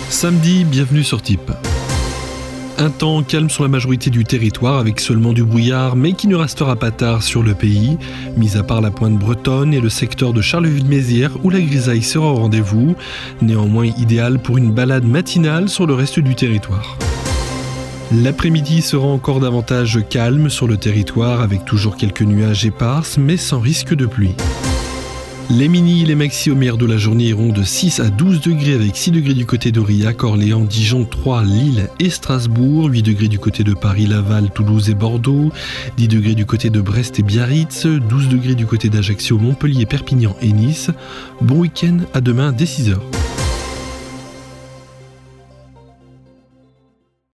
Samedi, bienvenue sur TIP. Un temps calme sur la majorité du territoire avec seulement du brouillard, mais qui ne restera pas tard sur le pays, mis à part la pointe bretonne et le secteur de Charleville-Mézières où la grisaille sera au rendez-vous, néanmoins idéal pour une balade matinale sur le reste du territoire. L'après-midi sera encore davantage calme sur le territoire avec toujours quelques nuages éparses mais sans risque de pluie. Les mini et les maxi homères de la journée iront de 6 à 12 degrés avec 6 degrés du côté d'Aurillac, Orléans, Dijon, Troyes, Lille et Strasbourg, 8 degrés du côté de Paris, Laval, Toulouse et Bordeaux, 10 degrés du côté de Brest et Biarritz, 12 degrés du côté d'Ajaccio, Montpellier, Perpignan et Nice. Bon week-end, à demain dès 6h.